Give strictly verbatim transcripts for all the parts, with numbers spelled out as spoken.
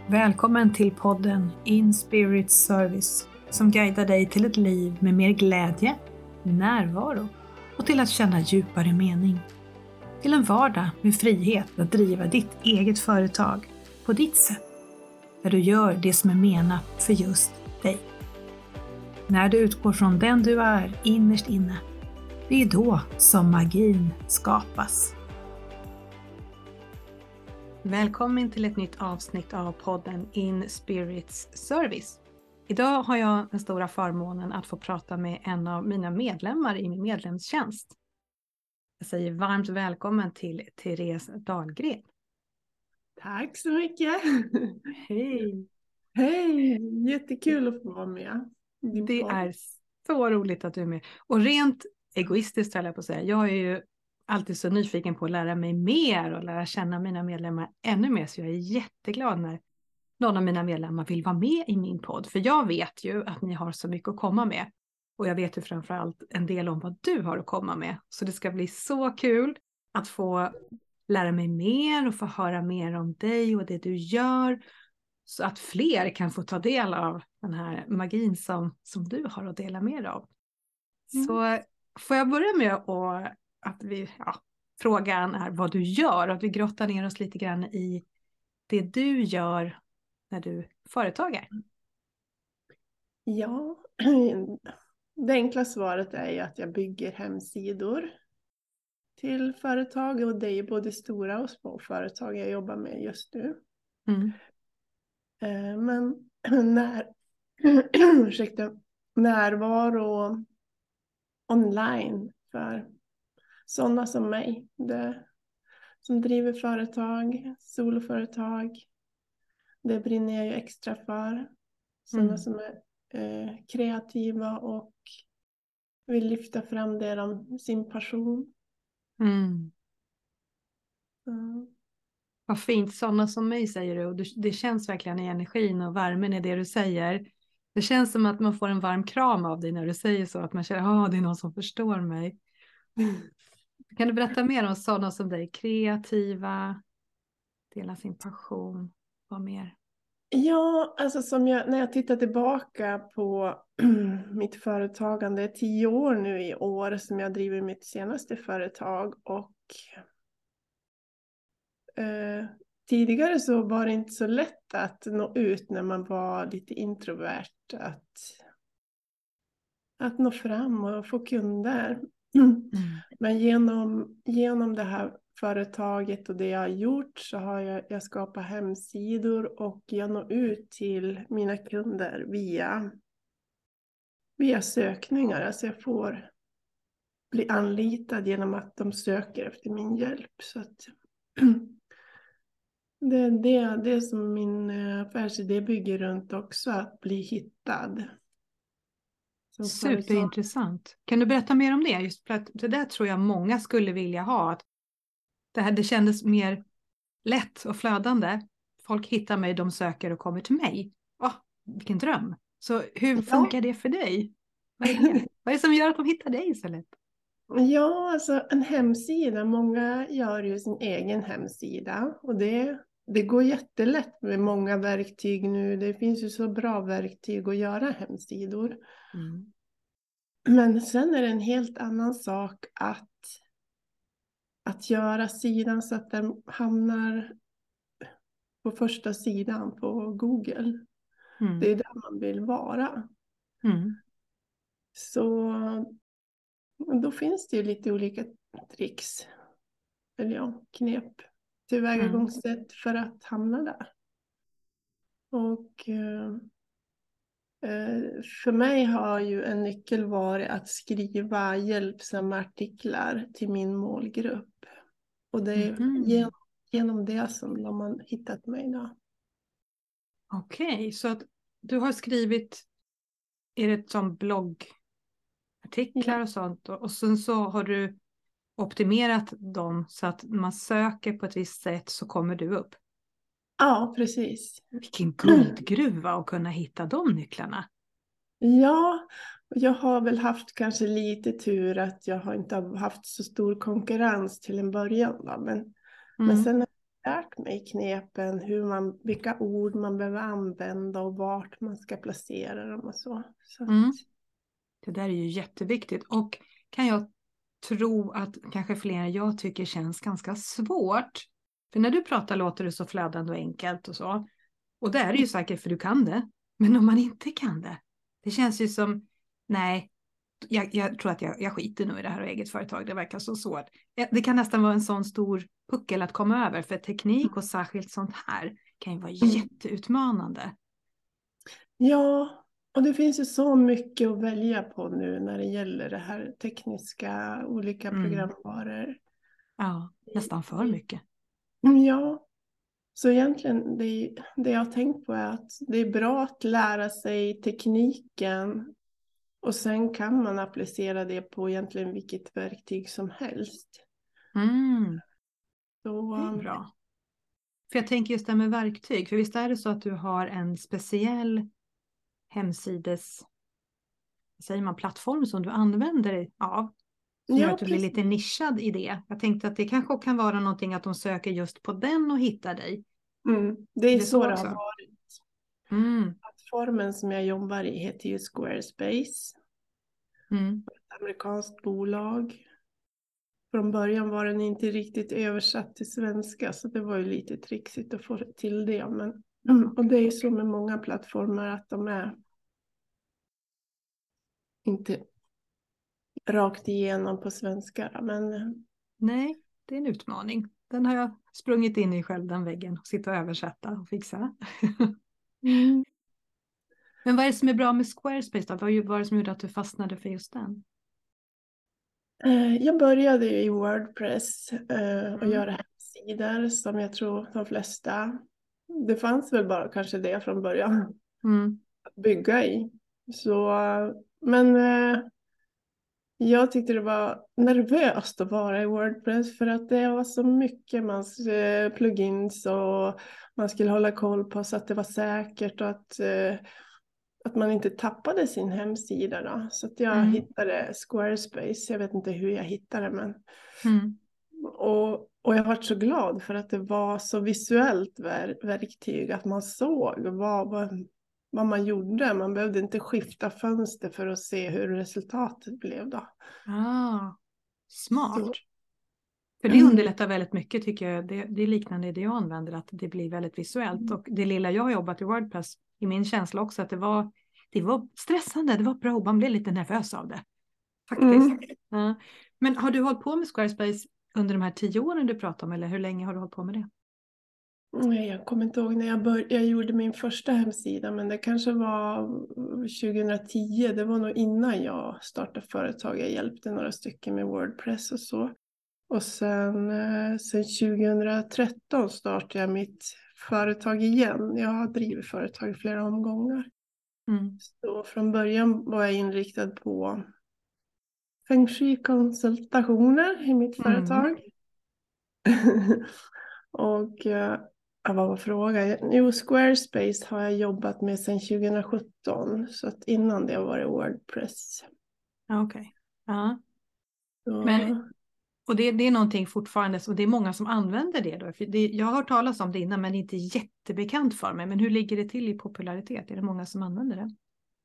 Välkommen till podden In Spirit Service som guidar dig till ett liv med mer glädje, närvaro och till att känna djupare mening. Till en vardag med frihet att driva ditt eget företag på ditt sätt, där du gör det som är menat för just dig. När du utgår från den du är innerst inne, det är då som magin skapas. Välkommen till ett nytt avsnitt av podden In Spirits Service. Idag har jag den stora förmånen att få prata med en av mina medlemmar i min medlemstjänst. Jag säger varmt välkommen till Therese Dahlgren. Tack så mycket. Hej! Hej, jättekul att få vara med. Det är så roligt att du är med. Och rent egoistiskt höll jag på att säga. Jag är ju alltid så nyfiken på att lära mig mer och lära känna mina medlemmar ännu mer. Så jag är jätteglad när någon av mina medlemmar vill vara med i min podd. För jag vet ju att ni har så mycket att komma med. Och jag vet ju framförallt en del om vad du har att komma med. Så det ska bli så kul att få lära mig mer och få höra mer om dig och det du gör. Så att fler kan få ta del av den här magin som, som du har att dela med dig av. Mm. Så får jag börja med att, att vi, ja, frågan är vad du gör. Och att vi grottar ner oss lite grann i det du gör när du företagar. Ja, det enkla svaret är ju att jag bygger hemsidor till företag. Och det är både stora och små företag jag jobbar med just nu. Mm. Men när, ursäkta, närvaro online för sådana som mig, det, som driver företag, soloföretag, det brinner jag ju extra för. Sådana mm. som är eh, kreativa och vill lyfta fram det om sin passion. Mm. Mm. Vad fint, sådana som mig säger du. Och det, det känns verkligen i energin och värmen i det du säger. Det känns som att man får en varm kram av dig när du säger så. Att man känner att oh, det är någon som förstår mig. Mm. Kan du berätta mer om sådana som dig? Kreativa, dela sin passion, vad mer? Ja, alltså som jag, när jag tittar tillbaka på mitt företagande, tio år nu i år som jag driver mitt senaste företag. Och eh, tidigare så var det inte så lätt att nå ut när man var lite introvert. Att, att nå fram och få kunder. Mm. Men genom, genom det här företaget och det jag har gjort så har jag, jag skapat hemsidor och jag når ut till mina kunder via, via sökningar. Alltså jag får bli anlitad genom att de söker efter min hjälp. Så att det är det, det som min affärsidé bygger runt också, att bli hittad. Superintressant. Kan du berätta mer om det? Just för att det där tror jag många skulle vilja ha. Att det här det kändes mer lätt och flödande. Folk hittar mig, de söker och kommer till mig. Åh, vilken dröm. Så hur funkar ja. det för dig? Vad är det? Vad är det som gör att de hittar dig så lätt? Ja, alltså en hemsida. Många gör ju sin egen hemsida. Och det, det går jättelätt med många verktyg nu. Det finns ju så bra verktyg att göra hemsidor. Mm. Men sen är det en helt annan sak att, att göra sidan så att den hamnar på första sidan på Google. Mm. Det är där man vill vara. Mm. Så då finns det ju lite olika tricks. Eller ja, knep. Tillvägagångssätt mm. för att hamna där. Och eh, för mig har ju en nyckel varit att skriva hjälpsamma artiklar till min målgrupp. Och det är mm. genom, genom det som de har hittat mig då. Okej, okay, så att du har skrivit, är det som bloggartiklar ja. och sånt? Och sen så har du optimerat dem så att man söker på ett visst sätt så kommer du upp. Ja, precis. Vilken guldgruva att kunna hitta de nycklarna. Ja, jag har väl haft kanske lite tur att jag har inte haft så stor konkurrens till en början. Va? Men, mm. men sen lärt mig knepen, hur man, vilka ord man behöver använda och vart man ska placera dem och så. så att, Mm. Det där är ju jätteviktigt och kan jag tro att kanske fler än jag tycker känns ganska svårt. För när du pratar låter det så flödande och enkelt och så. Och det är det ju säkert för du kan det. Men om man inte kan det, det känns ju som, nej, jag, jag tror att jag, jag skiter nu i det här och eget företag, det verkar så svårt. Det kan nästan vara en sån stor puckel att komma över, för teknik och särskilt sånt här kan ju vara jätteutmanande. Ja, och det finns ju så mycket att välja på nu när det gäller det här tekniska, olika Mm. programvaror. Ja, nästan för mycket. Ja, så egentligen det, det jag har tänkt på är att det är bra att lära sig tekniken och sen kan man applicera det på egentligen vilket verktyg som helst. Mm. Så, Det är bra. För jag tänker just det med verktyg. För visst är det så att du har en speciell hemsides, vad säger man, plattform som du använder dig av. Som ja, gör att du blir precis. lite nischad i det. Jag tänkte att det kanske kan vara någonting att de söker just på den och hittar dig. Mm, det är, Är det så så det också? har varit. Mm. Plattformen som jag jobbar i heter ju Squarespace. Mm. Ett amerikanskt bolag. Från början var den inte riktigt översatt till svenska, så det var ju lite trixigt att få till det. Men, och det är ju så med många plattformar att de är inte rakt igenom på svenska. Men Nej, det är en utmaning. Den har jag sprungit in i själv, den väggen. Sitta och översätta och fixa. mm. Men vad är det som är bra med Squarespace då? Vad var det som gjorde att du fastnade för just den? Jag började i Wordpress och Mm. göra hemsidor som jag tror de flesta. Det fanns väl bara kanske det från början Mm. att bygga i. Så, men jag tyckte det var nervöst att vara i Wordpress för att det var så mycket mans plugins och man skulle hålla koll på så att det var säkert och att, att man inte tappade sin hemsida. Då. Så att jag Mm. hittade Squarespace. Jag vet inte hur jag hittade det, men Mm. och, och jag var så glad för att det var så visuellt ver verktyg att man såg vad, vad, vad man gjorde. Man behövde inte skifta fönster för att se hur resultatet blev då. Ah, smart. Så. För det underlättar väldigt mycket tycker jag. Det, det är liknande i det jag använder, att det blir väldigt visuellt. Och det lilla jag har jobbat i Wordpress, i min känsla också, att det var, det var stressande, det var bra, man blev lite nervös av det. Faktiskt. Mm. Ja. Men har du hållit på med Squarespace under de här tio åren du pratar om, eller hur länge har du hållit på med det? Nej, jag kommer inte ihåg när jag, bör jag gjorde min första hemsida, men det kanske var tjugohundratio. Det var nog innan jag startade företag. Jag hjälpte några stycken med Wordpress och så. Och sen, sen tjugohundratretton startade jag mitt företag igen. Jag har drivit företag i flera omgångar. Mm. Så från början var jag inriktad på feng shui-konsultationer i mitt Mm. företag. Och ja, vad var frågan? Jo, Squarespace har jag jobbat med sedan tjugosjutton. Så att innan det var det Wordpress. Okej. Okay. Ja. Så... Men, och det, det är någonting fortfarande, och det är många som använder det då. För det, jag har hört talas om det innan, men det är inte jättebekant för mig. Men hur ligger det till i popularitet? Är det många som använder det?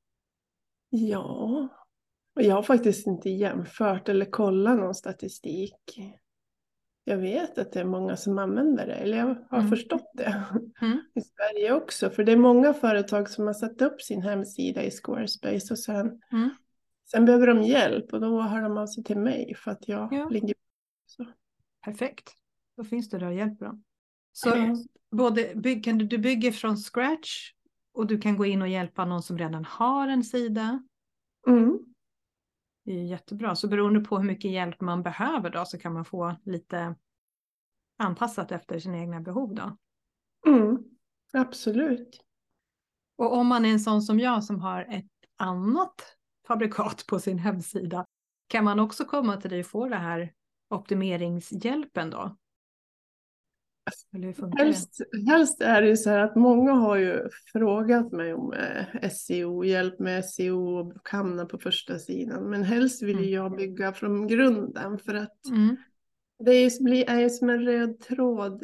Ja, och jag har faktiskt inte jämfört eller kollat någon statistik. Jag vet att det är många som använder det, eller jag har Mm. förstått det Mm. i Sverige också. För det är många företag som har satt upp sin hemsida i Squarespace och sen, Mm. sen behöver de hjälp och då hör de av sig till mig för att jag Ja. ligger så. Perfekt, då finns det där och hjälper dem. Så Ja. både bygg, kan du, du bygger från scratch och du kan gå in och hjälpa någon som redan har en sida. Mm. Det är jättebra. Så beroende på hur mycket hjälp man behöver då, så kan man få lite anpassat efter sina egna behov då. Mm. Absolut. Och om man är en sån som jag som har ett annat fabrikat på sin hemsida, kan man också komma till dig och få det här optimeringshjälpen då? Eller hur funkar Helst, helst är det ju så här att många har ju frågat mig om eh, S E O, hjälp med S E O och hamna på första sidan. Men helst vill Mm. jag bygga från grunden för att det? Mm. det är ju, är ju som en röd tråd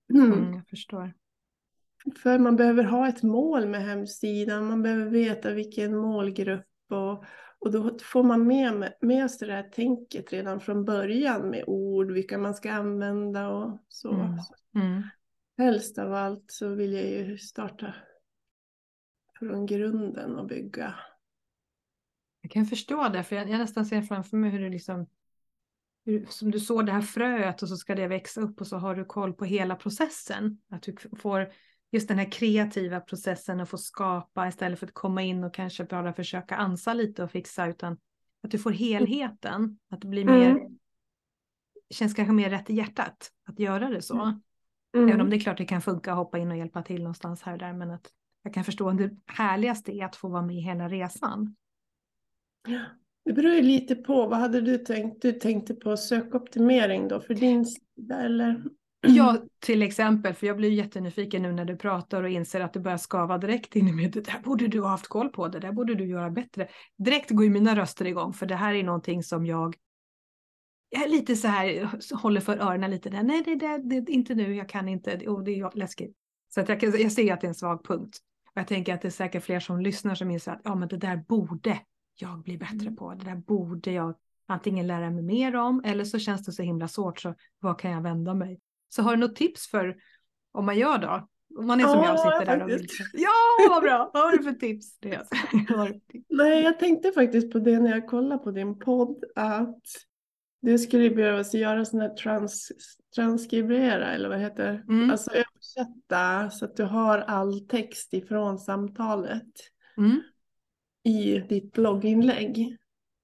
Mm, jag förstår. För man behöver ha ett mål med hemsidan. Man behöver veta vilken målgrupp. Och, och då får man med, med sig det här tänket redan från början med ord. Vilka man ska använda och så. Mm. Mm. Helst av allt så vill jag ju starta från grunden och bygga. Jag kan förstå det, för jag, jag nästan ser framför mig hur det liksom, hur, som du såg det här fröet och så ska det växa upp och så har du koll på hela processen. Att du får just den här kreativa processen och få skapa istället för att komma in och kanske bara försöka ansa lite och fixa, utan att du får helheten. Att det blir mer, Mm. känns kanske mer rätt i hjärtat att göra det så. Mm. Även om det är klart det kan funka att hoppa in och hjälpa till någonstans här och där, men att jag kan förstå att det härligaste är att få vara med i hela resan. Det beror ju lite på. Vad hade du tänkt? Du tänkte på sökoptimering då för din sida eller? Ja, till exempel, för jag blir jättenyfiken nu när du pratar och inser att du börjar skava direkt in i mig. Det där borde du ha haft koll på, det där borde du göra bättre. Direkt går ju mina röster igång, för det här är någonting som jag, jag är lite så här, håller för öronen lite där. Nej, det, det, det inte nu, jag kan inte, oh, det är läskigt. Så att jag, jag ser att det är en svag punkt. Och jag tänker att det är säkert fler som lyssnar som inser att ja, men det där borde jag bli bättre på. Det där borde jag antingen lära mig mer om, eller så känns det så himla svårt, så vad kan jag vända mig? Så har du något tips för om man gör då? Om man är som Ja, jag sitter där och vill. Ja, vad bra! Vad har du för tips? Det är vad har du för tips? Nej, jag tänkte faktiskt på det när jag kollade på din podd. Att det skulle behövas göra sån här trans, transkribera eller vad heter det? Mm. Alltså översätta så att du har all text ifrån samtalet Mm. i ditt blogginlägg.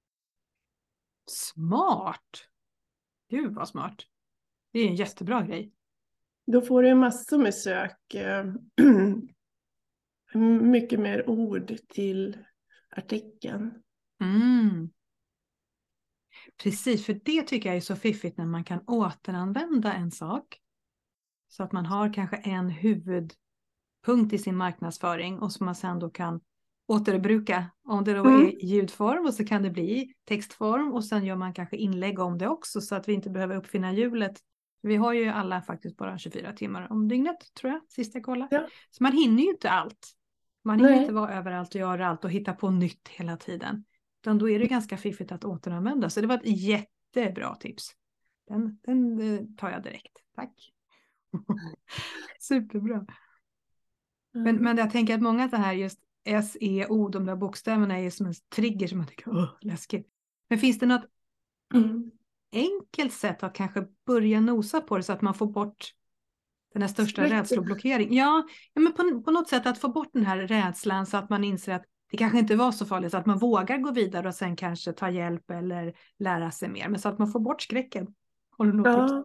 Smart! Gud vad smart. Det är en jättebra grej. Då får du massor med sök. Mycket mer ord till artikeln. Mm. Precis, för det tycker jag är så fiffigt när man kan återanvända en sak. Så att man har kanske en huvudpunkt i sin marknadsföring och som man sedan då kan återbruka. Om det då Mm. är i ljudform och så kan det bli i textform och sen gör man kanske inlägg om det också så att vi inte behöver uppfinna hjulet. Vi har ju alla faktiskt bara tjugofyra timmar om dygnet, tror jag, sist jag kollade. Ja. Så man hinner ju inte allt. Man hinner Nej. inte vara överallt och göra allt och hitta på nytt hela tiden. Utan då är det ganska fiffigt att återanvända. Så det var ett jättebra tips. Den, den tar jag direkt. Tack. Superbra. Men, men jag tänker att många av det här just S E O, de där bokstäverna är som en trigger som man tycker, åh, läskigt. Men finns det något Mm. enkelt sätt att kanske börja nosa på det så att man får bort den här största Skräcken. rädsloblockering? Ja, ja men på, på något sätt att få bort den här rädslan så att man inser att det kanske inte var så farligt, så att man vågar gå vidare och sen kanske ta hjälp eller lära sig mer. Men så att man får bort skräcken. Har du något tips? Ja.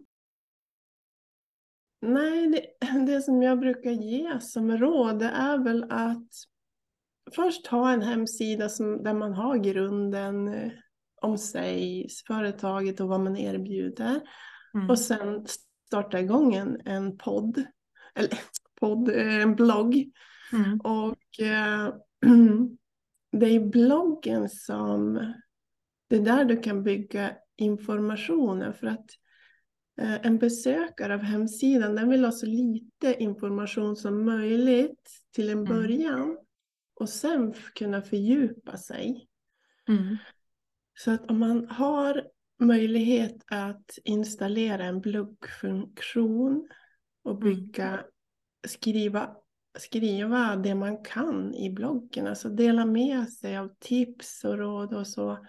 Nej, det, det som jag brukar ge som råd det är väl att först ha en hemsida som, där man har grunden eh, om sig, företaget och vad man erbjuder. Mm. Och sen starta igång en, en podd, eller podd, eh, en blogg. Mm. Och eh, det är bloggen som, det är där du kan bygga informationen för att en besökare av hemsidan den vill ha så lite information som möjligt till en början mm. och sen kunna fördjupa sig. Mm. Så att om man har möjlighet att installera en bloggfunktion och bygga, mm. skriva, skriva det man kan i bloggen, alltså dela med sig av tips och råd och så.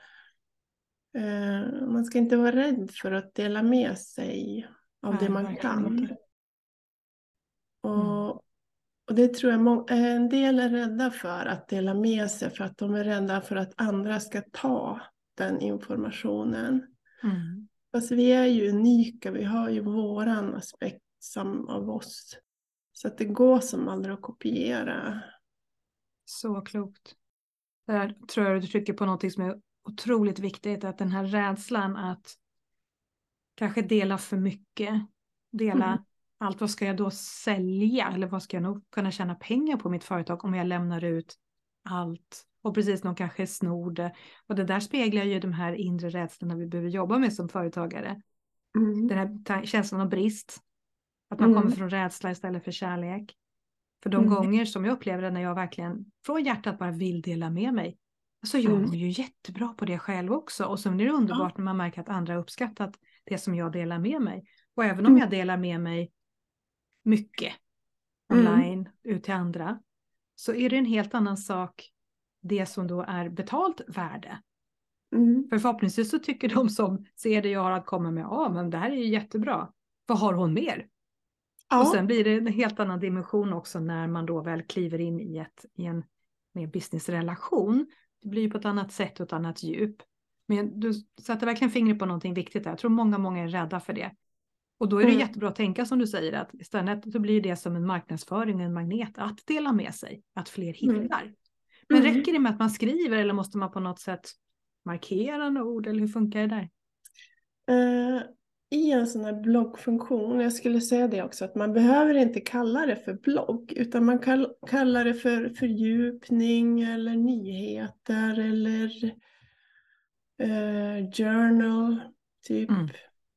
Man ska inte vara rädd för att dela med sig av Nej, det man kan. Inte. Och, mm. och det tror jag en del är rädda för att dela med sig för att de är rädda för att andra ska ta den informationen. Mm. Fast vi är ju unika, vi har ju våran aspekt som av oss. Så att det går som aldrig att kopiera. Så klokt. Där tror jag du trycker på något som är otroligt viktigt, att den här rädslan att kanske dela för mycket, dela mm. allt, vad ska jag då sälja eller vad ska jag nog kunna tjäna pengar på mitt företag om jag lämnar ut allt och precis någon kanske snor det. Och det där speglar ju de här inre rädslorna vi behöver jobba med som företagare. Mm. Den här känslan av brist. Att man Mm. kommer från rädsla istället för kärlek. För de Mm. gånger som jag upplever det när jag verkligen från hjärtat bara vill dela med mig. Alltså jag Mm. mår ju jättebra på det själv också. Och så är det underbart när man märker att andra har uppskattat det som jag delar med mig. Och även om Mm. jag delar med mig mycket Mm. online ut till andra. Så är det en helt annan sak det som då är betalt värde. Mm. För förhoppningsvis så tycker de som ser det jag har att komma med, ja ah, men det här är ju jättebra. Vad har hon mer? Ja. Och sen blir det en helt annan dimension också när man då väl kliver in i, ett, i en mer businessrelation. Det blir ju på ett annat sätt och ett annat djup. Men du sätter verkligen fingret på någonting viktigt där. Jag tror många, många är rädda för det. Och då är det Mm. jättebra att tänka som du säger, att istället så blir det som en marknadsföring, en magnet att dela med sig, att fler hittar. Mm. Men Mm. räcker det med att man skriver eller måste man på något sätt markera några ord eller hur funkar det där? Eh, I en sån här bloggfunktion, jag skulle säga det också, att man behöver inte kalla det för blogg, utan man kan kalla det för fördjupning eller nyheter eller eh, journal typ. Mm.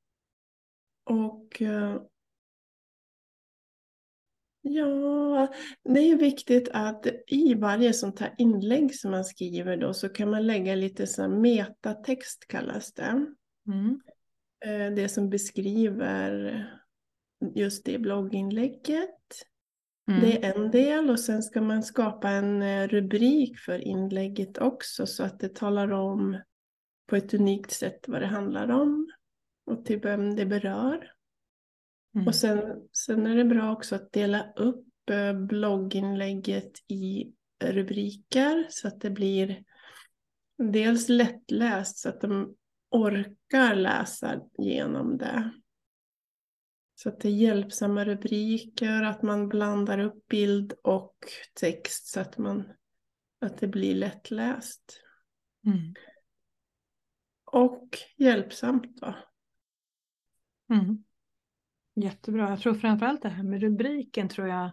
Och eh, ja, det är viktigt att i varje sånt här inlägg som man skriver då så kan man lägga lite så här metatext kallas det. Mm. Eh, Det som beskriver just det blogginlägget. Mm. Det är en del och sen ska man skapa en eh, rubrik för inlägget också så att det talar om på ett unikt sätt vad det handlar om och till vem det berör. Mm. Och sen, sen är det bra också att dela upp eh, blogginlägget i rubriker så att det blir dels lättläst så att de orkar läsa igenom det. Så att det är hjälpsamma rubriker, att man blandar upp bild och text så att, man, att det blir lättläst. Mm. Och hjälpsamt då. Mm. Jättebra. Jag tror framförallt det här med rubriken tror jag,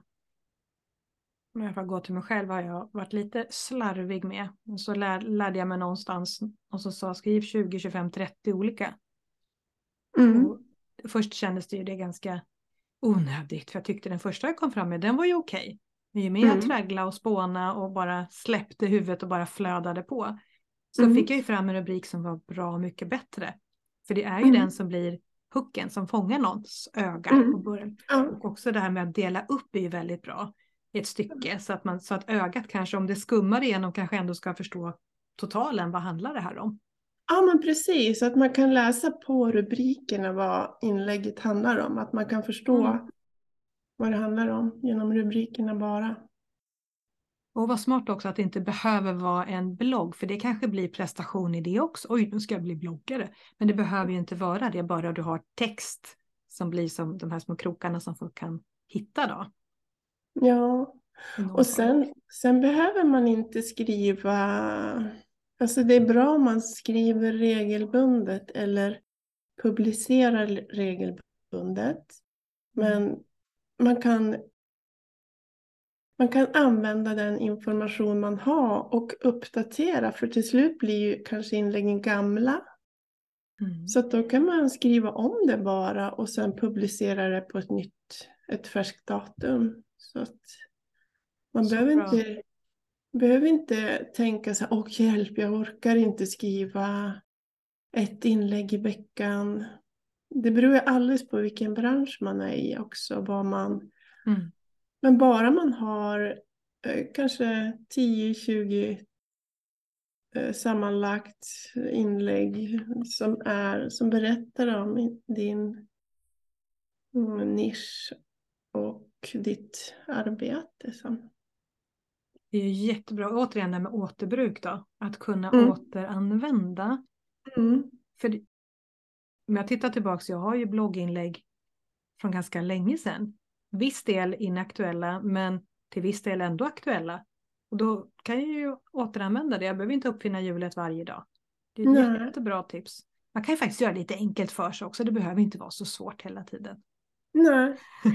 om jag får gå till mig själv, har jag varit lite slarvig med. Och så lär, lärde jag mig någonstans och så sa skriv tjugo, tjugofem, trettio olika. Mm. Och först kändes det ju det ganska onödigt, för jag tyckte den första jag kom fram med, den var ju okej. Men ju mer jag Mm. traggla och spåna och bara släppte huvudet och bara flödade på, så Mm. fick jag ju fram en rubrik som var bra mycket bättre. För det är ju Mm. den som blir hooken, som fångar någons öga Mm. på början. Ja. Och också det här med att dela upp är ju väldigt bra i ett stycke. Så att, man, så att ögat kanske, om det skummar igenom, kanske ändå ska förstå totalen. Vad handlar det här om? Ja, men precis. Att man kan läsa på rubrikerna vad inlägget handlar om. Att man kan förstå Mm. vad det handlar om genom rubrikerna bara. Och vad smart också att det inte behöver vara en blogg. För det kanske blir prestation i det också. Oj, nu ska jag bli bloggare. Men det behöver ju inte vara det. Bara du har text som blir som de här små krokarna som folk kan hitta då. Ja, I någon och form. sen, sen behöver man inte skriva... Alltså det är bra om man skriver regelbundet eller publicerar regelbundet. Men man kan, man kan använda den information man har och uppdatera. För till slut blir ju kanske inläggen gamla. Mm. Så att då kan man skriva om det bara och sen publicera det på ett nytt, ett färskt datum. Så att man Så behöver bra. inte, behöver inte tänka så här, åh hjälp, jag orkar inte skriva ett inlägg i veckan. Det beror ju alldeles på vilken bransch man är i också. Vad man, Mm. men bara man har eh, kanske tio tjugo eh, sammanlagt inlägg som, är, som berättar om din mm, nisch och ditt arbete. Så. Det är ju jättebra. Återigen det här med återbruk då. Att kunna Mm. återanvända. Mm. För det, om jag tittar tillbaka, så jag har ju blogginlägg från ganska länge sedan. Viss del inaktuella, men till viss del ändå aktuella. Och då kan jag ju återanvända det. Jag behöver inte uppfinna hjulet varje dag. Det är ett Nej. jättebra tips. Man kan ju faktiskt göra det lite enkelt för sig också. Det behöver inte vara så svårt hela tiden. Nej.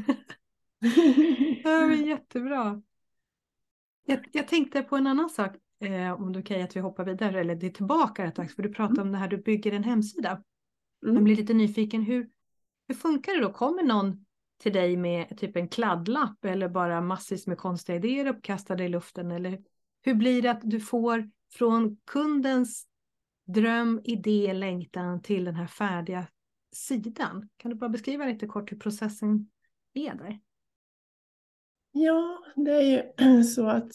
Det är jättebra. Jag, jag tänkte på en annan sak. Eh, om det är okej att vi hoppar vidare. Eller det är tillbaka rätt sagt. För du pratar om det här, du bygger en hemsida. Mm. Man blir lite nyfiken. Hur, hur funkar det då? Kommer någon till dig med typ en kladdlapp eller bara massvis med konstiga idéer uppkastade i luften? Eller hur blir det att du får från kundens dröm, idé, längtan till den här färdiga sidan? Kan du bara beskriva lite kort hur processen är där? Ja, det är ju så att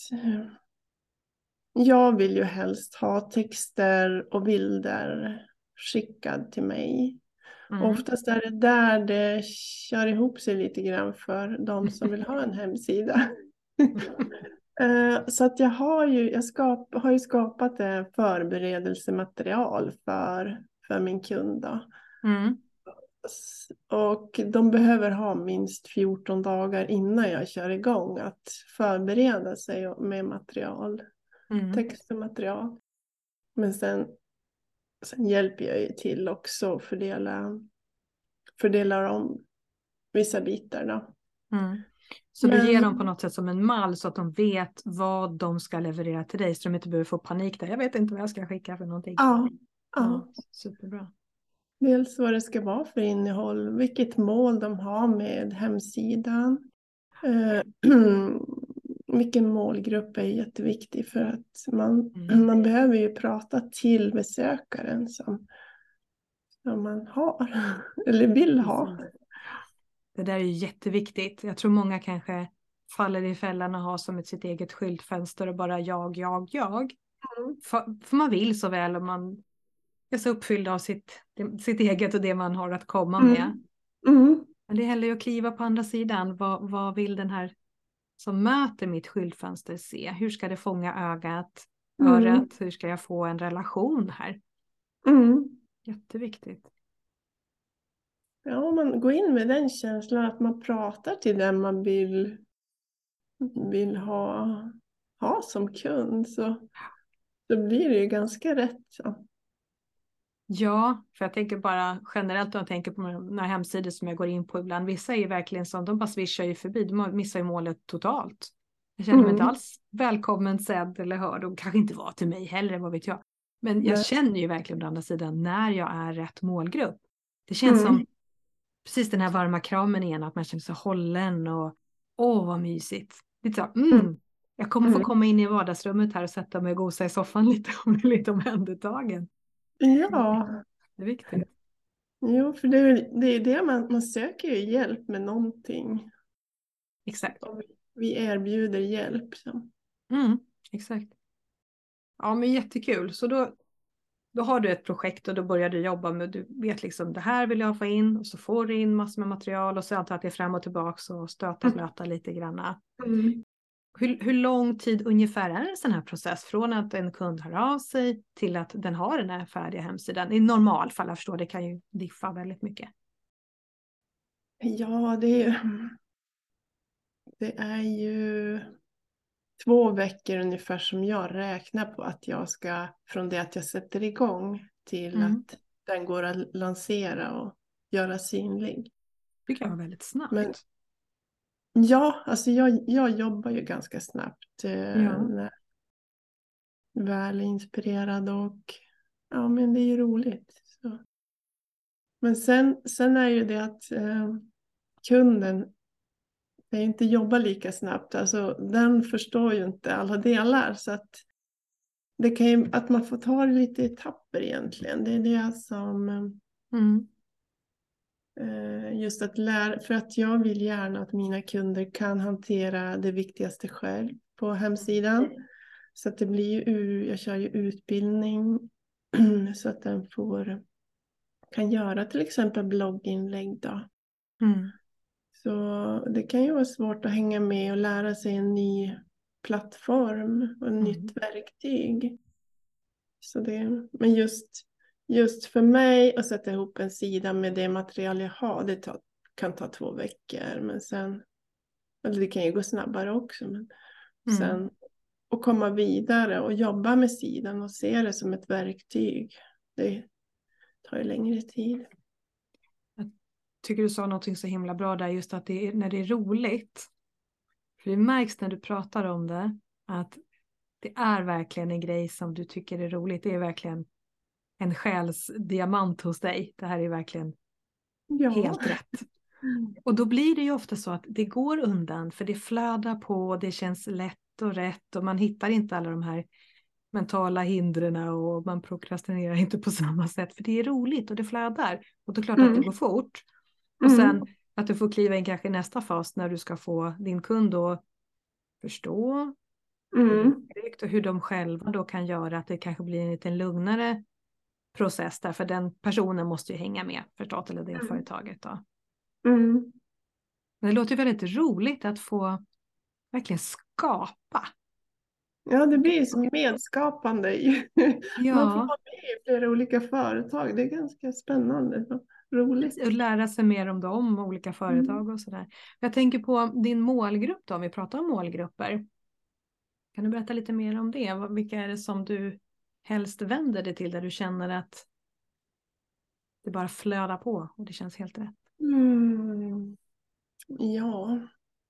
jag vill ju helst ha texter och bilder skickad till mig. Mm. Oftast är det där det kör ihop sig lite grann för de som vill ha en hemsida. Så att jag har ju, jag skap, har ju skapat ett förberedelsematerial för, för min kund då. Mm. Och de behöver ha minst fjorton dagar innan jag kör igång att förbereda sig med material, Mm. text och material. Men sen, sen hjälper jag ju till också att fördela, fördela om vissa bitar då. Mm. Så Men, du ger dem på något sätt som en mall så att de vet vad de ska leverera till dig, så de inte behöver få panik där. Jag vet inte vad jag ska skicka för någonting. Ja, ja. Ja, superbra. Dels vad det ska vara för innehåll, vilket mål de har med hemsidan. Eh, vilken målgrupp är jätteviktig för att man, Mm. man behöver ju prata till besökaren som, som man har eller vill ha. Det där är ju jätteviktigt. Jag tror många kanske faller i fällan och har som ett sitt eget skyltfönster och bara jag, jag, jag. Mm. För, för man vill så väl och man är så uppfylld av sitt, sitt eget och det man har att komma Mm. med. Mm. Men det gäller ju att kliva på andra sidan. Vad, vad vill den här som möter mitt skyltfönster se? Hur ska det fånga ögat, Mm. örat? Hur ska jag få en relation här? Mm. Jätteviktigt. Ja, om man går in med den känslan att man pratar till den man vill, vill ha, ha som kund, så, så blir det ju ganska rätt. Så. Ja, för jag tänker bara generellt om jag tänker på några hemsidor som jag går in på ibland. Vissa är ju verkligen som, de bara swishar ju förbi, de missar ju målet totalt. Jag känner mig Mm. inte alls välkommen, sedd eller hörd, och kanske inte var till mig heller, vad vet jag. Men jag Nej. känner ju verkligen på andra sidan när jag är rätt målgrupp. Det känns Mm. som precis den här varma kramen igen, att man känner sig hållen och åh vad mysigt. Lite så, mm, jag kommer få Mm. komma in i vardagsrummet här och sätta mig och gosa i soffan lite och bli lite omhändertagen. Ja, Det är viktigt. jo, för det är det, är det man, man söker ju hjälp med någonting. Exakt. Och vi- vi erbjuder hjälp. Så. Mm, exakt. Ja, men jättekul. Så då, då har du ett projekt och då börjar du jobba med, du vet liksom det här vill jag få in, och så får du in massor med material och så antar jag att det är fram och tillbaka och stöta blöta lite granna. Mm. Hur, hur lång tid ungefär är en sån här process från att en kund hör av sig till att den har den här färdiga hemsidan? I normalfall, jag förstår, det kan ju diffa väldigt mycket. Ja, det är, det är ju två veckor ungefär som jag räknar på att jag ska, från det att jag sätter igång till Mm. att den går att lansera och göra synlig. Det kan vara väldigt snabbt. Men ja, alltså jag, jag jobbar ju ganska snabbt. Eh, Ja. när väl inspirerad och ja, men det är ju roligt. Så. Men sen, sen är ju det att eh, kunden jag inte jobbar lika snabbt. Alltså, den förstår ju inte alla delar. Så att, det kan ju, att man får ta det lite i etapper egentligen. Det är det som Mm. eh, just att lära. För att jag vill gärna att mina kunder kan hantera det viktigaste själv på hemsidan. Så att det blir ju, jag kör ju utbildning så att den får, kan göra till exempel blogginlägg då. Mm. Så det kan ju vara svårt att hänga med och lära sig en ny plattform och ett Mm. nytt verktyg. Så det, men just, just för mig att sätta ihop en sida med det material jag har, det tar, kan ta två veckor. Men sen, eller det kan ju gå snabbare också. Men Mm. sen att komma vidare och jobba med sidan och se det som ett verktyg, det tar ju längre tid. Tycker du sa någonting så himla bra där, just att det är, när det är roligt. För det märks när du pratar om det att det är verkligen en grej som du tycker är roligt. Det är verkligen en själsdiamant hos dig. Det här är verkligen Ja. helt rätt. Och då blir det ju ofta så att det går undan, för det flödar på, det känns lätt och rätt och man hittar inte alla de här mentala hindren och man prokrastinerar inte på samma sätt, för det är roligt och det flödar. Och då är det klart att det Mm. går fort. Och Mm. sen att du får kliva in kanske i nästa fas när du ska få din kund att förstå Mm. och hur de själva då kan göra att det kanske blir en lite lugnare process där, för den personen måste ju hänga med förstås, eller det Mm. företaget då. Mm. Men det låter väldigt roligt att få verkligen skapa. Ja, det blir som medskapande. Man får Ja, vara med i flera olika företag. Det är ganska spännande och roligt. och lära sig mer om dem, olika Mm. företag och sådär. Jag tänker på din målgrupp då, om vi pratar om målgrupper. Kan du berätta lite mer om det? Vad- Vilka är det som du helst vänder dig till, där du känner att det bara flödar på och det känns helt rätt? Mm. Ja,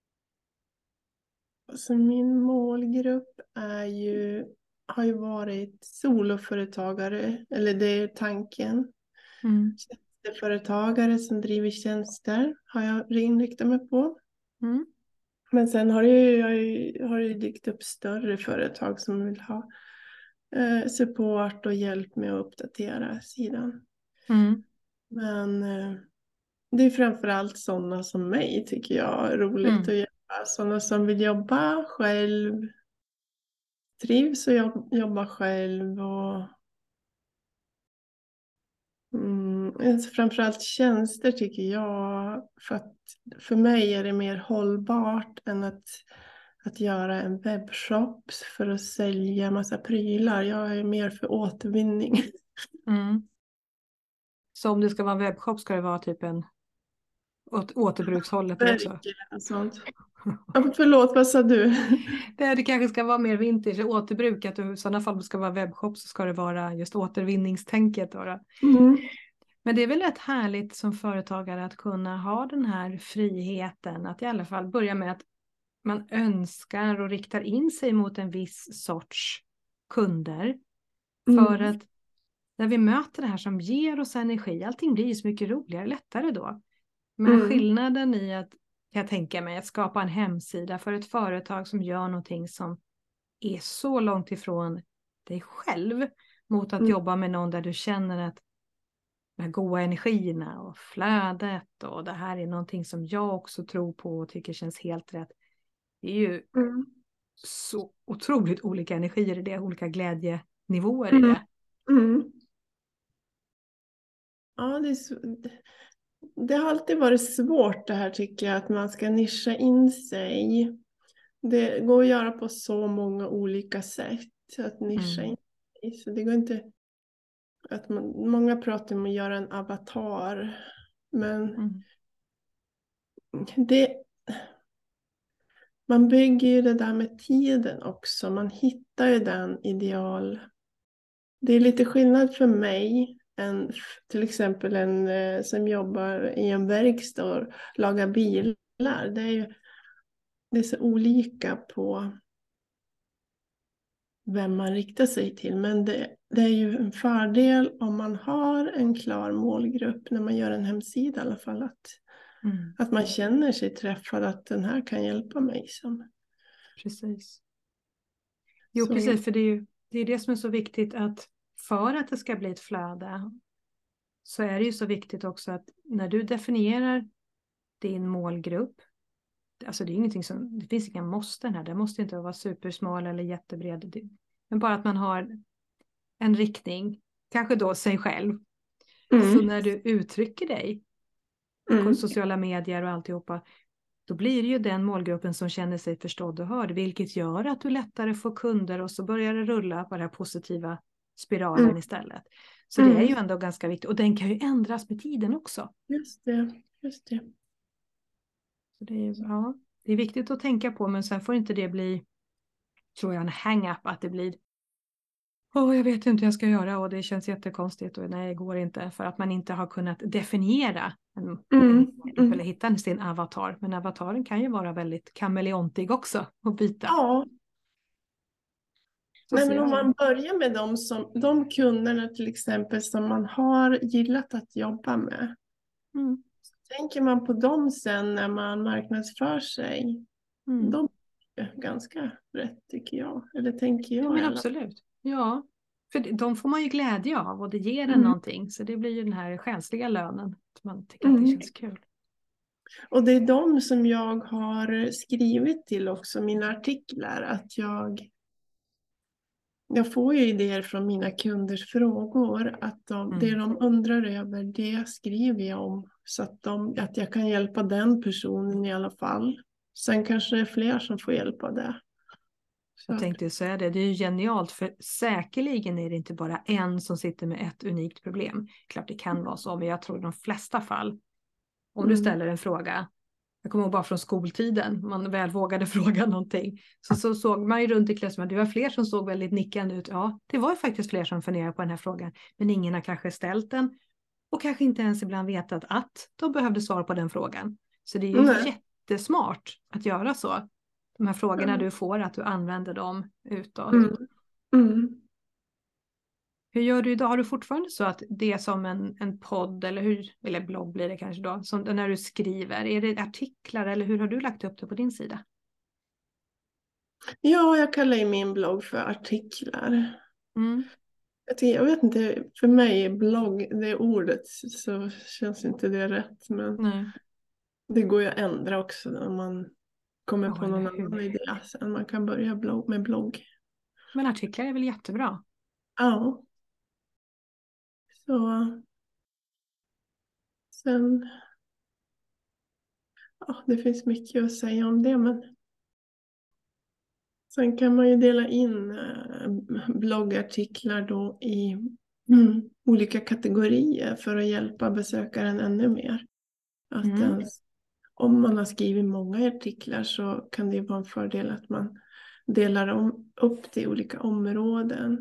alltså min målgrupp är ju, har ju varit soloföretagare, eller det är tanken. Mm. Tjänsteföretagare som driver tjänster har jag inriktat mig på. Mm. Men sen har det ju, har ju, har det ju dykt upp större företag som vill ha eh, support och hjälp med att uppdatera sidan. Mm. Men eh, det är framförallt sådana som mig tycker jag är roligt Mm. att hjälpa. Sådana som vill jobba själv, trivs och jobb, jobba själv. Och, mm, alltså framförallt tjänster tycker jag, för att för mig är det mer hållbart än att, att göra en webbshop för att sälja massa prylar. Jag är mer för återvinning. Mm. Så om det ska vara en webbshop ska det vara typ en åt, återbrukshållet det också? Verkligen och sånt. Ja, förlåt, vad sa du? Det, det kanske ska vara mer vintage, återbrukat, och i sådana fall ska det vara webbshop så ska det vara just återvinningstänket då, då. Mm. Men det är väl rätt härligt som företagare att kunna ha den här friheten, att i alla fall börja med att man önskar och riktar in sig mot en viss sorts kunder. För Mm. att när vi möter det här som ger oss energi, allting blir ju så mycket roligare, lättare då. Men Mm. skillnaden i att, kan jag tänka mig, att skapa en hemsida för ett företag som gör någonting som är så långt ifrån dig själv, mot att Mm. jobba med någon där du känner att de här goda energierna och flödet och det här är någonting som jag också tror på och tycker känns helt rätt. Det är ju Mm. så otroligt olika energier i det, olika glädjenivåer i Mm. det. Mm. Ja, det, är så, det har alltid varit svårt det här tycker jag, att man ska nischa in sig. Det går att göra på så många olika sätt att nischa Mm. in sig. Så det går inte att man, många pratar om att göra en avatar. Men Mm. det, man bygger ju det där med tiden också. Man hittar ju den ideal. Det är lite skillnad för mig än f- till exempel en eh, som jobbar i en verkstad och lagar bilar. Det är ju det är så olika på vem man riktar sig till. Men det, det är ju en fördel om man har en klar målgrupp när man gör en hemsida i alla fall. Att, Mm. att man känner sig träffad, att den här kan hjälpa mig. Som. Precis. Jo, Så, precis, för det är ju det, är det som är så viktigt, att för att det ska bli ett flöde så är det ju så viktigt också att när du definierar din målgrupp, alltså det är ingenting som, det finns inga måsten här, det måste inte vara supersmal eller jättebred, men bara att man har en riktning, kanske då sig själv. mm, Så när du uttrycker dig på mm, sociala medier och alltihopa, då blir det ju den målgruppen som känner sig förstådd och hörd, vilket gör att du lättare får kunder och så börjar det rulla på den här positiva spiralen mm, istället. Så det är ju mm. ändå ganska viktigt, och den kan ju ändras med tiden också. Just det, just det. Så det är, ja, det är viktigt att tänka på, men sen får inte det bli, tror jag, en hang-up, att det blir åh, jag vet inte hur jag ska göra och det känns jättekonstigt och nej, det går inte, för att man inte har kunnat definiera en, Mm, en mm. eller hitta sin avatar. Men avataren kan ju vara väldigt kameleontig också och byta. Ja, Så nej, ser men om jag det. man börjar med de, som, de kunderna till exempel som man har gillat att jobba med. Mm. tänker man på dem sen när man marknadsför sig, Mm. de är ganska rätt tycker jag. Eller tänker jag Ja, i men alla fall. absolut. Ja, för det- de får man ju glädje av och det ger en Mm. någonting. Så det blir ju den här själsliga lönen. Att man tycker att det Mm. känns kul. Och det är de som jag har skrivit till också, mina artiklar. Att jag, jag får ju idéer från mina kunders frågor. Att de, Mm. det de undrar över, det skriver jag om. Så att, de, att jag kan hjälpa den personen i alla fall. Sen kanske det är fler som får hjälp av det. Så Jag att, tänkte säga det, det är ju genialt för säkerligen är det inte bara en som sitter med ett unikt problem. Klart det kan vara så, men jag tror i de flesta fall, om du Mm. ställer en fråga, jag kommer ihåg bara från skoltiden, man väl vågade fråga någonting, så, så såg man ju runt i klassrummet, det var fler som såg väldigt nickande ut, ja, det var ju faktiskt fler som funderade på den här frågan, men ingen har kanske ställt den och kanske inte ens ibland vetat att de behövde svar på den frågan. Så det är ju Nej. jättesmart att göra så. De här frågorna Mm. du får, att du använder dem utåt. Mm. Mm. Hur gör du idag? Har du fortfarande så att det är som en, en podd eller hur, eller blogg blir det kanske då, som när du skriver, är det artiklar eller hur har du lagt upp det på din sida? Ja, jag kallar ju min blogg för artiklar. Mm. Jag, tycker, jag vet inte, för mig är blogg, det ordet så känns inte det rätt. Men Nej. det går ju att ändra också när man kommer Ja, på någon eller hur? annan idé. Sen man kan börja blogg, med blogg. Men artiklar är väl jättebra? Ja. Så. Sen. Ja, det finns mycket att säga om det. Men sen kan man ju dela in eh, bloggartiklar då i mm, olika kategorier för att hjälpa besökaren ännu mer. Att Mm. ens, om man har skrivit många artiklar så kan det vara en fördel att man delar om, upp till olika områden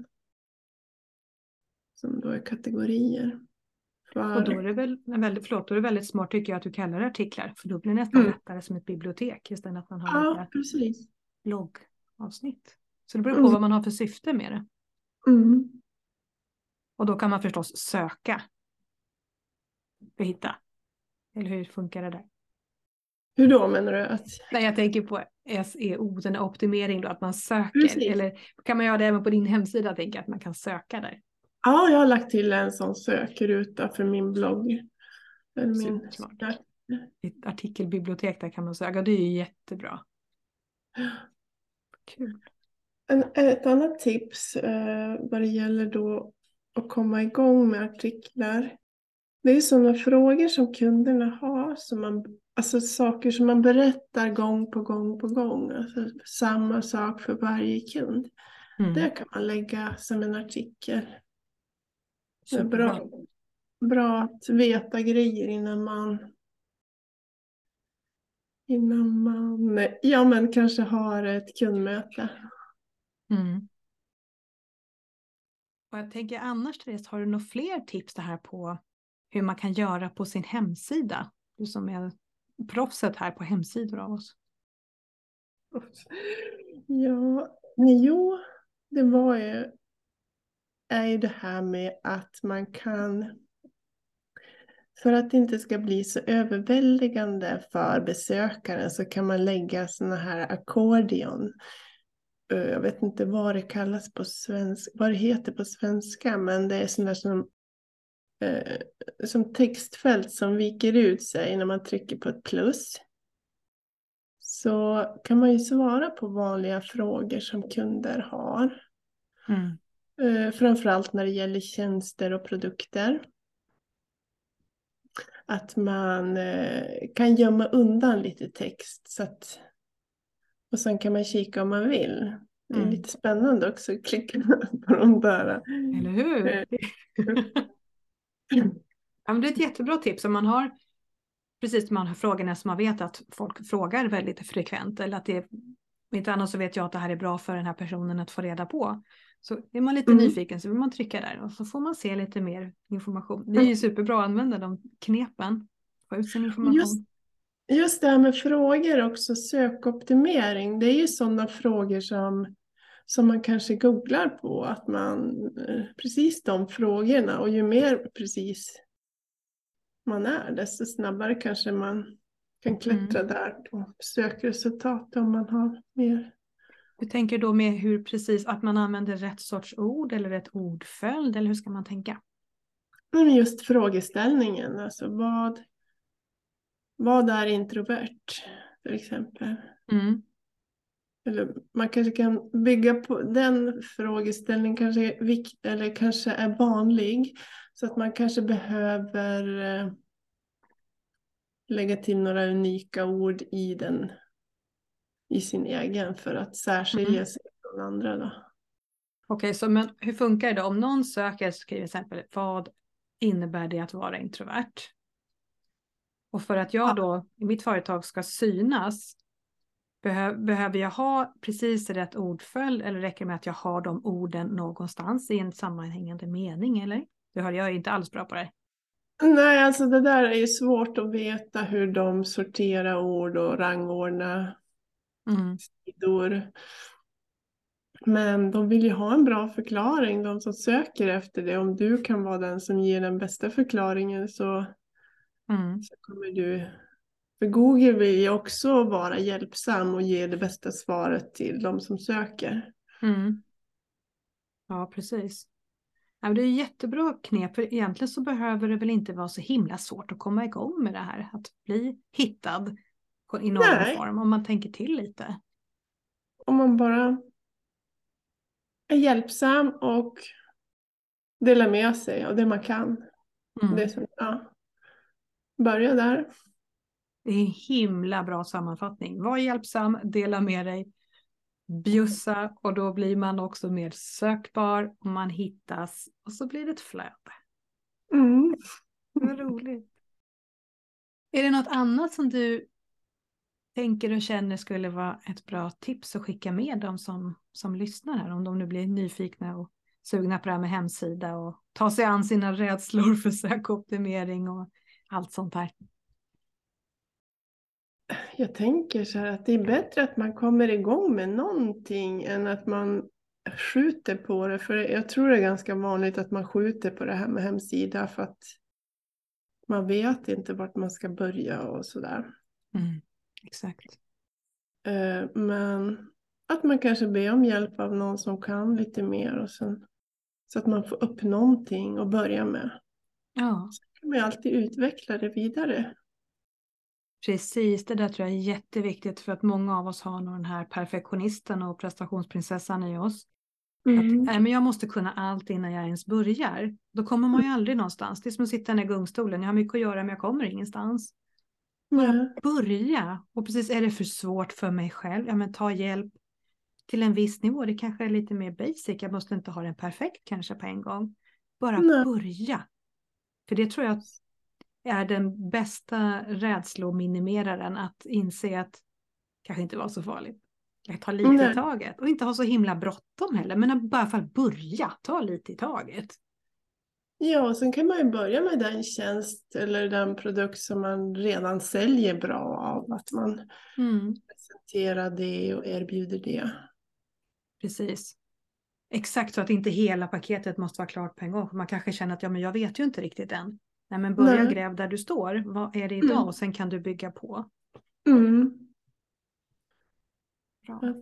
som då är kategorier. För, Och då är det väl väldigt, förlåt, då är det väldigt smart tycker jag att du kallar det artiklar, för då blir det nästan mm, lättare som ett bibliotek istället för att man har ja, lite precis. bloggavsnitt. Så det beror på Mm, vad man har för syfte med det. mm. Och då kan man förstås söka för att hitta. Eller hur funkar det där? Hur då menar du? Att, Nej, jag tänker på S E O, den är optimering då, att man söker. precis. Eller kan man göra det även på din hemsida, tänker jag, att man kan söka där. Ja, jag har lagt till en sån sökruta för min blogg. Eller min, Supersmart. Ett artikelbibliotek där kan man söka, det är ju jättebra. Kul. En, ett annat tips eh, vad det gäller då att komma igång med artiklar. Det är sådana frågor som kunderna har. Som man, alltså saker som man berättar gång på gång på gång. Alltså samma sak för varje kund. Mm. Det kan man lägga som en artikel. Det är Superbra. bra, bra att veta grejer innan man innan man ja, men kanske har ett kundmöte. Mm. Och jag tänker annars, Therese, har du några fler tips det här på hur man kan göra på sin hemsida? Du som är proffset här på hemsidor av oss. Ja, jo, det var ju är ju det här med att man kan, för att det inte ska bli så överväldigande för besökaren så kan man lägga såna här ackordion. Jag vet inte vad det kallas på svenska, vad det heter på svenska, men det är sådana som eh, som textfält som viker ut sig när man trycker på ett plus. Så kan man ju svara på vanliga frågor som kunder har. Mm. Eh, framförallt när det gäller tjänster och produkter. Att man eh, kan gömma undan lite text. Så att, och sen kan man kika om man vill. Det är Mm. lite spännande också att klicka på de där. Eller hur? Eh, Ja, men det är ett jättebra tips om man har precis man har frågorna som man vet att folk frågar väldigt frekvent. Eller att det är, inte annars så vet jag att det här är bra för den här personen att få reda på. Så är man lite Mm. nyfiken så vill man trycka där och så får man se lite mer information. Det är ju superbra att använda de knepen. Få ut sin information. Just, just det här med frågor också, sökoptimering. Det är ju sådana frågor som, som man kanske googlar på. Att man, precis de frågorna och ju mer precis man är, desto snabbare kanske man kan klättra Mm. där och söka resultat om man har mer. Du tänker då med hur precis att man använder rätt sorts ord eller rätt ordföljd, eller hur ska man tänka? Men just frågeställningen, alltså vad, vad är introvert till exempel? Mm. Eller man kanske kan bygga på den frågeställningen, kanske är vikt, eller kanske är vanlig, så att man kanske behöver eh, lägga till några unika ord i den, i sin egen, för att särskilja Mm. sig från andra då. Okej, så men hur funkar det då? Om någon söker, skriver till exempel, vad innebär det att vara introvert? Och för att jag då i mitt företag ska synas, behö, behöver jag ha precis rätt ordföljd, eller räcker det med att jag har de orden någonstans i en sammanhängande mening, eller? Det hör jag är inte alls bra på det. Nej, alltså det där är ju svårt att veta hur de sorterar ord och rangordnar Mm. sidor. Men de vill ju ha en bra förklaring, de som söker efter det. Om du kan vara den som ger den bästa förklaringen så, Mm. så kommer du... För Google vill ju också vara hjälpsam och ge det bästa svaret till de som söker. Mm. Ja, precis. Ja, men det är jättebra knep, för egentligen så behöver det väl inte vara så himla svårt att komma igång med det här. Att bli hittad i någon Nej. form, om man tänker till lite. Om man bara är hjälpsam och delar med sig av det man kan. Mm. Det som, ja. Börja där. Det är en himla bra sammanfattning. Var hjälpsam, dela med dig, bjussa, och då blir man också mer sökbar och man hittas och så blir det ett flöde. Mm. Vad roligt. Är det något annat som du tänker och känner skulle vara ett bra tips att skicka med dem som, som lyssnar här? Om de nu blir nyfikna och sugna på det här med hemsida och ta sig an sina rädslor för sökoptimering och allt sånt här. Jag tänker så här att det är bättre att man kommer igång med någonting än att man skjuter på det. För jag tror det är ganska vanligt att man skjuter på det här med hemsida för att man vet inte vart man ska börja och sådär. Mm, exakt. Men att man kanske ber om hjälp av någon som kan lite mer och sen, så att man får upp någonting att börja med. Ja. Så kan man alltid utveckla det vidare. Precis, det där tror jag är jätteviktigt, för att många av oss har nog den här perfektionisten och prestationsprinsessan i oss. Mm. Att, nej, men jag måste kunna allt innan jag ens börjar. Då kommer man ju aldrig någonstans. Det är som att sitta i den här gungstolen. Jag har mycket att göra men jag kommer ingenstans. Bara Nej. börja. Och precis, är det för svårt för mig själv? Ja, men ta hjälp till en viss nivå. Det kanske är lite mer basic. Jag måste inte ha den perfekt kanske på en gång. Bara Nej. börja. För det tror jag är den bästa rädslominimeraren, att inse att det kanske inte var så farligt. Jag tar lite Nej. i taget och inte ha så himla bråttom heller, men att bara fall börja, ta lite i taget. Ja, och sen kan man ju börja med den tjänst eller den produkt som man redan säljer bra av. Att man Mm. presenterar det och erbjuder det. Precis. Exakt, så att inte hela paketet måste vara klart på en gång. För man kanske känner att ja, men jag vet ju inte riktigt än. Nej, men börja Nej. gräv där du står. Vad är det idag? Mm. Och sen kan du bygga på. Mm. Bra. Att, man,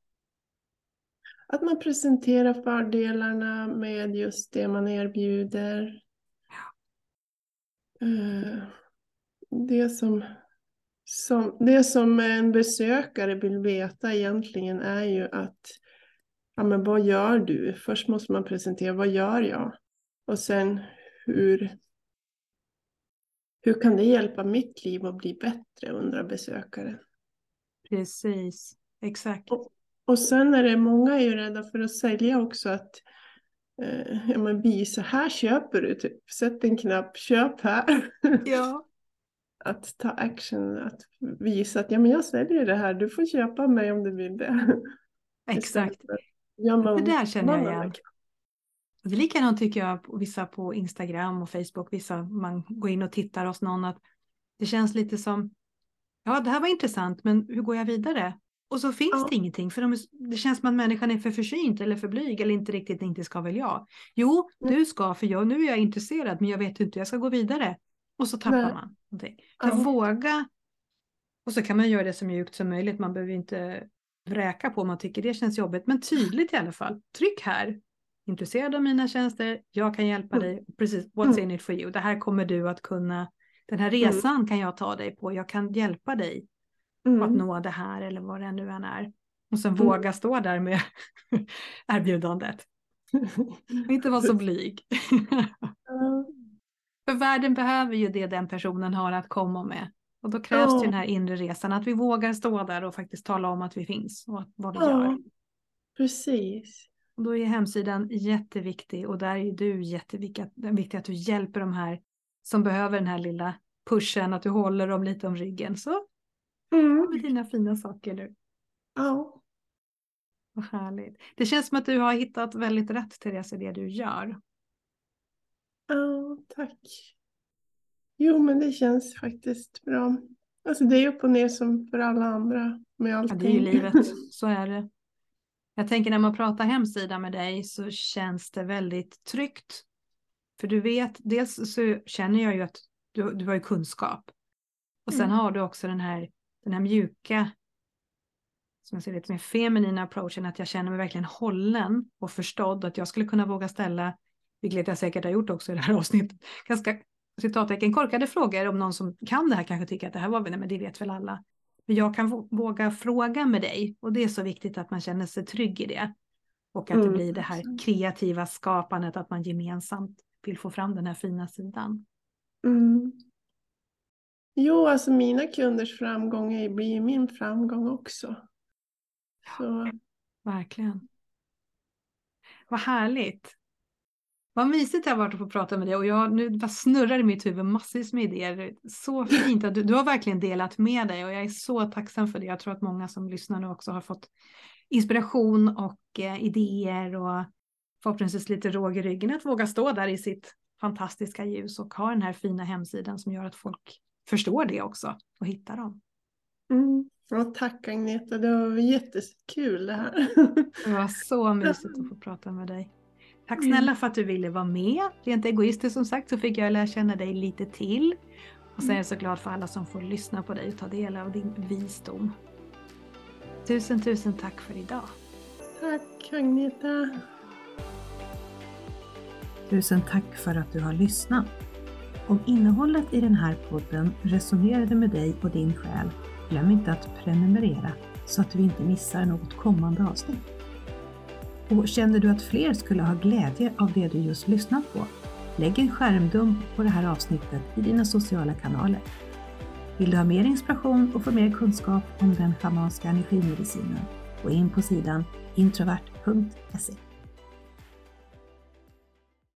att man presenterar fördelarna med just det man erbjuder. Uh, det, som, som, det som en besökare vill veta egentligen är ju att ja, men vad gör du? Först måste man presentera vad gör jag? Och sen hur, hur kan det hjälpa mitt liv att bli bättre, undrar besökaren. Precis, exakt. Och, och sen är det många är ju rädda för att sälja också, att eh, ja, men visa, här köper du, typ. Sätt en knapp, köp här. Ja. Att ta action, att visa att ja, men jag säljer det här, du får köpa mig om du vill det. Exakt. Ja, man, det där känner jag man, igen. Det är likadant tycker jag på vissa på Instagram och Facebook, vissa man går in och tittar hos någon, att det känns lite som, ja det här var intressant men hur går jag vidare? Och så finns ja. det ingenting, för de, det känns som att människan är för försynt eller för blyg eller inte riktigt, inte ska väl jag. Jo, du ska, för jag, nu är jag intresserad men jag vet inte hur jag ska gå vidare. Och så tappar Nej. man någonting. Ja. För våga, och så kan man göra det så mjukt som möjligt. Man behöver inte vräka på om man tycker det känns jobbigt. Men tydligt i alla fall. Tryck här. Intresserad av mina tjänster. Jag kan hjälpa Mm. dig. Precis, what's Mm. in it for you. Det här kommer du att kunna. Den här resan Mm. kan jag ta dig på. Jag kan hjälpa dig Mm. på att nå det här. Eller vad det nu än är. Och sen Mm. våga stå där med erbjudandet. Och inte vara så blyg. Ja. För världen behöver ju det den personen har att komma med. Och då krävs Ja. det den här inre resan. Att vi vågar stå där och faktiskt tala om att vi finns. Och att, vad vi Ja. gör. Precis. Och då är hemsidan jätteviktig. Och där är du jätteviktig. Det är viktigt att du hjälper de här som behöver den här lilla pushen. Att du håller dem lite om ryggen. Så Mm. med dina fina saker nu. Ja. Vad härligt. Det känns som att du har hittat väldigt rätt, Therese, i det du gör. Ja, tack. Jo, men det känns faktiskt bra. Alltså det är upp och ner som för alla andra med allting. Ja, det är ju livet. Så är det. Jag tänker när man pratar hemsida med dig så känns det väldigt tryggt. För du vet, dels så känner jag ju att du, du har ju kunskap. Och sen Mm. har du också den här, den här mjuka, som jag säger, lite mer feminina approachen. Att jag känner mig verkligen hållen och förstådd. Att jag skulle kunna våga ställa, vilket jag säkert har gjort också i det här avsnittet, ganska citattecken korkade frågor. Om någon som kan det här kanske tycker att det här var, nej men det vet väl alla. Men jag kan våga fråga med dig. Och det är så viktigt att man känner sig trygg i det. Och att Mm. det blir det här kreativa skapandet. Att man gemensamt vill få fram den här fina sidan. Mm. Jo, alltså mina kunders framgång blir ju min framgång också. Så. Verkligen. Vad härligt. Vad mysigt det har varit att få prata med dig. Och jag nu bara snurrar i mitt huvud massvis med idéer. Så fint att du, du har verkligen delat med dig. Och jag är så tacksam för det. Jag tror att många som lyssnar nu också har fått inspiration och eh, idéer. Och förhoppningsvis lite råg i ryggen att våga stå där i sitt fantastiska ljus. Och ha den här fina hemsidan som gör att folk förstår det också. Och hittar dem. Mm. Ja, tack Agneta. Det var jättekul det här. Det var så mysigt att få prata med dig. Tack snälla för att du ville vara med. Rent egoistiskt som sagt så fick jag lära känna dig lite till. Och sen är jag så glad för alla som får lyssna på dig och ta del av din visdom. Tusen, tusen tack för idag. Tack Agneta. Tusen tack för att du har lyssnat. Om innehållet i den här podden resonerade med dig och din själ, glöm inte att prenumerera så att du inte missar något kommande avsnitt. Och känner du att fler skulle ha glädje av det du just lyssnat på, lägg en skärmdump på det här avsnittet i dina sociala kanaler. Vill du ha mer inspiration och få mer kunskap om den schamanska energimedicinen, gå in på sidan introvert punkt se.